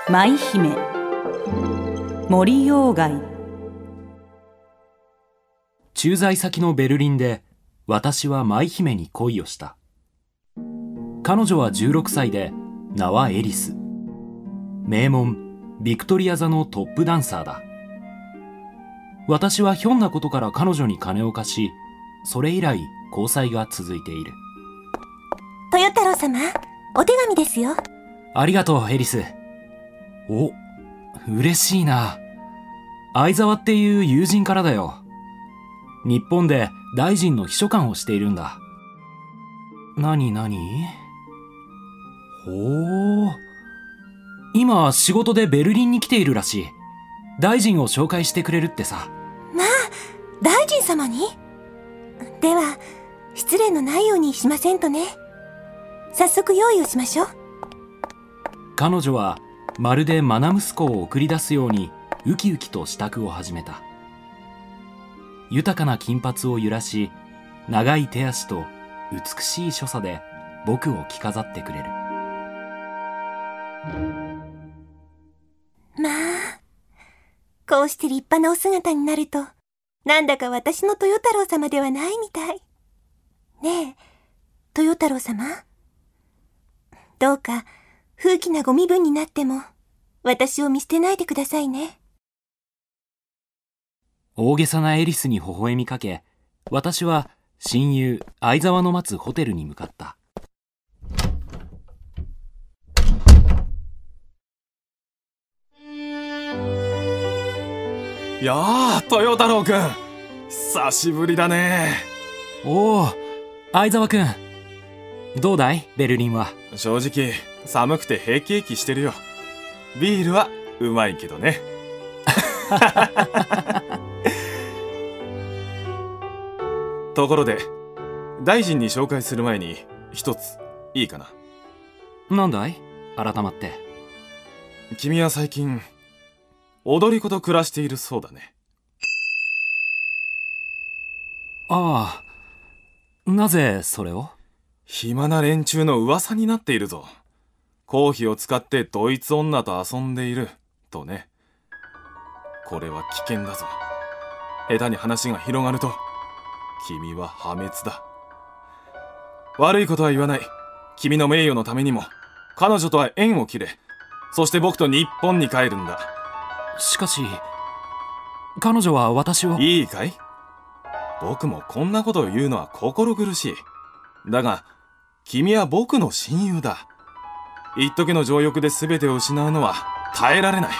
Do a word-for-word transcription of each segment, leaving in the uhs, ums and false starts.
舞姫森鴎外。 駐在先のベルリンで私は舞姫に恋をした。彼女はじゅうろくさいで名はエリス。名門ビクトリア座のトップダンサーだ。私はひょんなことから彼女に金を貸し、それ以来交際が続いている。 豊太郎様、お手紙ですよ。 ありがとうエリス。お、嬉しいな。相沢っていう友人からだよ。日本で大臣の秘書官をしているんだ。なになに？ほう。今仕事でベルリンに来ているらしい。大臣を紹介してくれるってさ。 まあ、大臣様に？では、失礼のないようにしませんとね。早速用意をしましょう。 彼女はまるで愛息子を送り出すようにウキウキと支度を始めた。豊かな金髪を揺らし、長い手足と美しい所作で僕を着飾ってくれる。 まあ、こうして立派なお姿になると、なんだか私の豊太郎様ではないみたい。ねえ、豊太郎様。どうか、風紀なご身分になっても、私を見捨てないでくださいね。 大げさなエリスに微笑みかけ、私は親友相沢の待つホテルに向かった。 やあ、豊太郎くん、久しぶりだね。 おお、相沢くん、どうだいベルリンは。 正直寒くてへきへきしてるよ。ビールはうまいけどね。ところで、大臣に紹介する前に一ついいかな。 なんだい改まって。 君は最近踊り子と暮らしているそうだね。 ああ、なぜそれを？ 暇な連中の噂になっているぞ。公費を使ってドイツ女と遊んでいるとね。これは危険だぞ。下手に話が広がると君は破滅だ。悪いことは言わない。君の名誉のためにも彼女とは縁を切れ。そして僕と日本に帰るんだ。 しかし彼女は私を。 いいかい？僕もこんなことを言うのは心苦しい。だが君は僕の親友だ。一時の情欲で全てを失うのは耐えられない。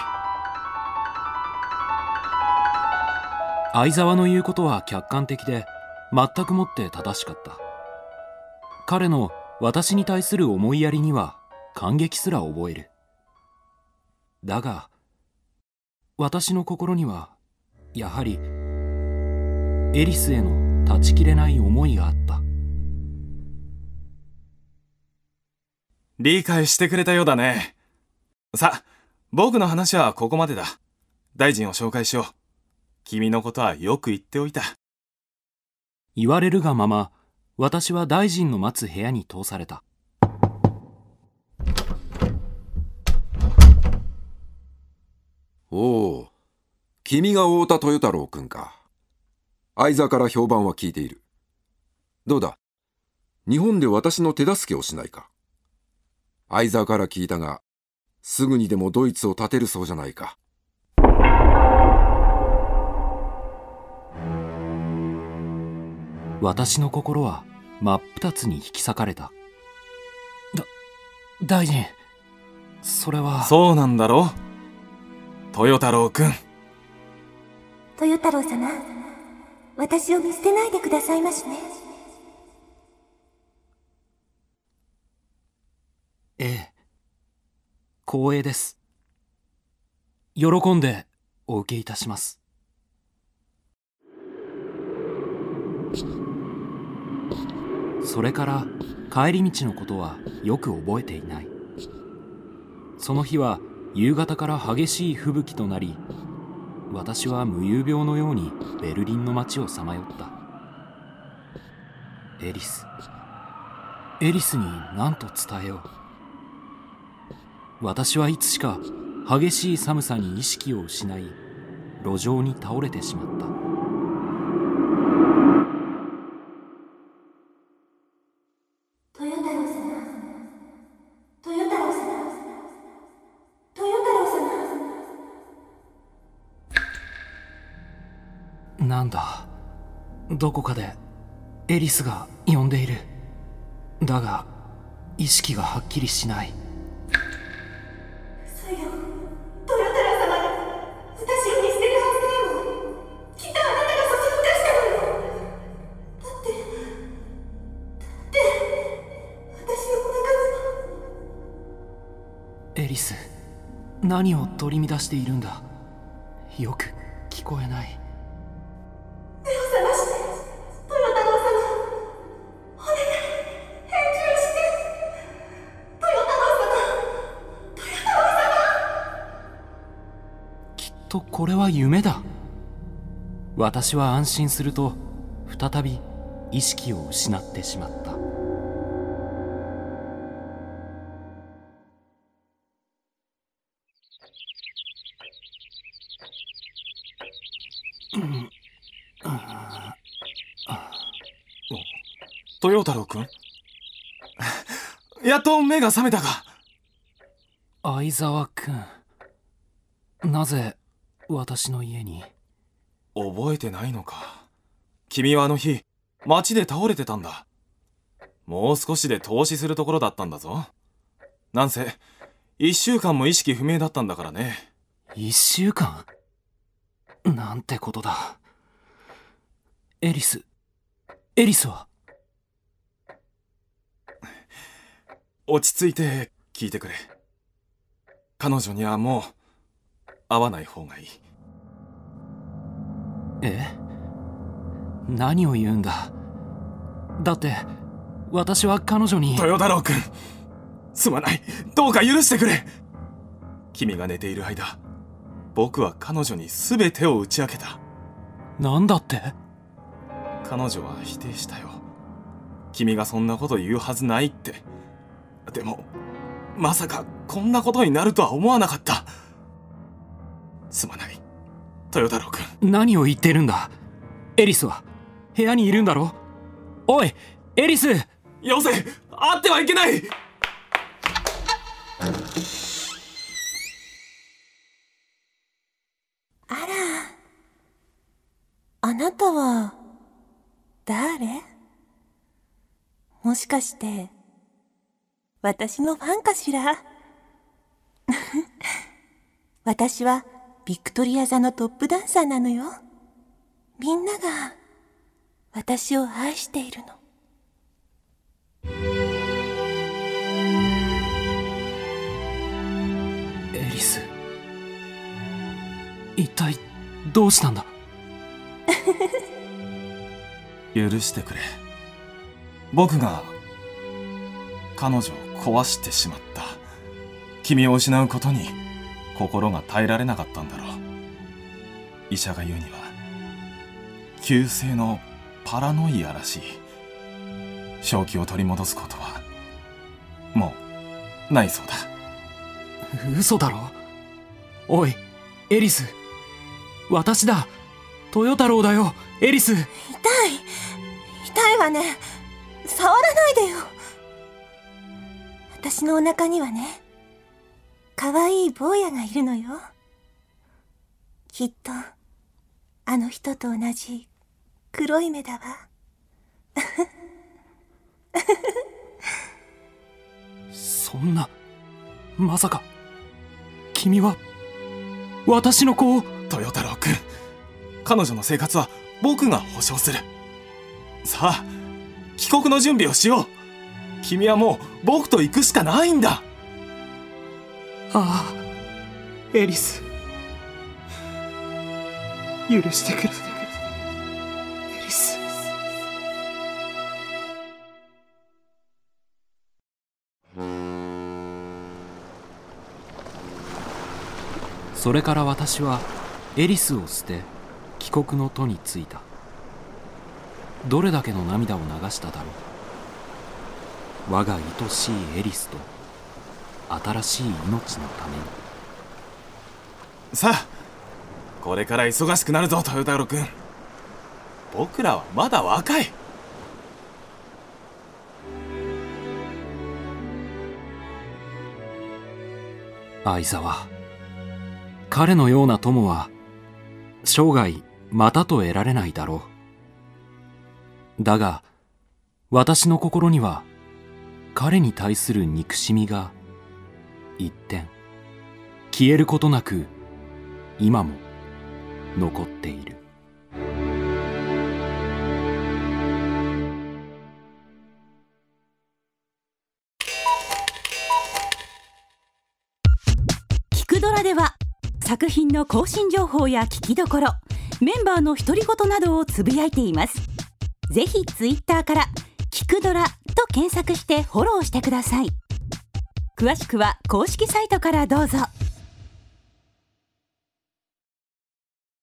相沢の言うことは客観的で全くもって正しかった。彼の私に対する思いやりには感激すら覚える。だが私の心にはやはりエリスへの断ち切れない思いがあった。 理解してくれたようだね。さ、僕の話はここまでだ。大臣を紹介しよう。君のことはよく言っておいた。 言われるがまま、私は大臣の待つ部屋に通された。 おお、君が太田豊太郎くんか。相沢から評判は聞いている。どうだ、日本で私の手助けをしないか。相沢から聞いたが、すぐにでもドイツを建てるそうじゃないか。 私の心は真っ二つに引き裂かれた。だ、大臣、それは。 そうなんだろう、豊太郎くん。 豊太郎様、私を見捨てないでくださいましね。 ええ、光栄です。喜んでお受けいたします。それから帰り道のことはよく覚えていない。その日は夕方から激しい吹雪となり、私は無遊病のようにベルリンの街をさまよった。エリスエリスに何と伝えよう。私はいつしか激しい寒さに意識を失い、路上に倒れてしまった。 豊太郎様、豊太郎様、豊太郎様。なんだ、どこかでエリスが呼んでいる。だが意識がはっきりしない。 嘘よ、豊太郎様、私を見捨てるはずないもん。きっとあなたがそそのかしたのよ。だってだって私のお腹には。 エリス、何を取り乱しているんだ。よく聞こえない。 目を覚まして、豊太郎様、お願い、返事をして。豊太郎様、豊太郎様。 きっとこれは夢だ。私は安心すると再び意識を失ってしまった。 豊太郎くんやっと目が覚めたか。 相沢くん、なぜ私の家に？ 覚えてないのか。君はあの日街で倒れてたんだ。もう少しで凍死するところだったんだぞ。なんせ一週間も意識不明だったんだからね。 一週間？なんてことだ。エリスエリスは？ 落ち着いて聞いてくれ。彼女にはもう会わない方がいい。 え？何を言うんだ。だって私は彼女に。 豊太郎くん、すまない。どうか許してくれ。君が寝ている間、僕は彼女に全てを打ち明けた。 なんだって？ 彼女は否定したよ。君がそんなこと言うはずないって。でもまさかこんなことになるとは思わなかった。すまない、豊太郎くん。 何を言ってるんだ。エリスは部屋にいるんだろ。おいエリス。 よせ、会ってはいけない。 あら、あなたは誰？もしかして私のファンかしら？私はビクトリア座のトップダンサーなのよ。みんなが私を愛しているの。 エリス、一体どうしたんだ？ 許してくれ。僕が彼女を壊してしまった。君を失うことに心が耐えられなかったんだろう。医者が言うには急性のパラノイアらしい。正気を取り戻すことはもうないそうだ。 嘘だろ。おいエリス、私だ。豊太郎だよ。エリス。 痛い痛いわね。触らないでよ。私のお腹にはね、かわいい坊やがいるのよ。きっとあの人と同じ黒い目だわ。 そんな、まさか君は私の子を？ 豊太郎くん、彼女の生活は僕が保証する。さあ帰国の準備をしよう。君はもう僕と行くしかないんだ。 ああ、エリス、許してくれ。エリス。それから私はエリスを捨て帰国の途に着いた。どれだけの涙を流しただろう。我が愛しいエリスと新しい命のために。 さあ、これから忙しくなるぞ豊太郎くん。僕らはまだ若い。 相沢、彼のような友は生涯またと得られないだろう。だが私の心には彼に対する憎しみが一点消えることなく今も残っている。 キクドラでは作品の更新情報や聞きどころ、メンバーの独り言などをつぶやいています。ぜひツイッターからキクドラと検索してフォローしてください。詳しくは公式サイトからどうぞ。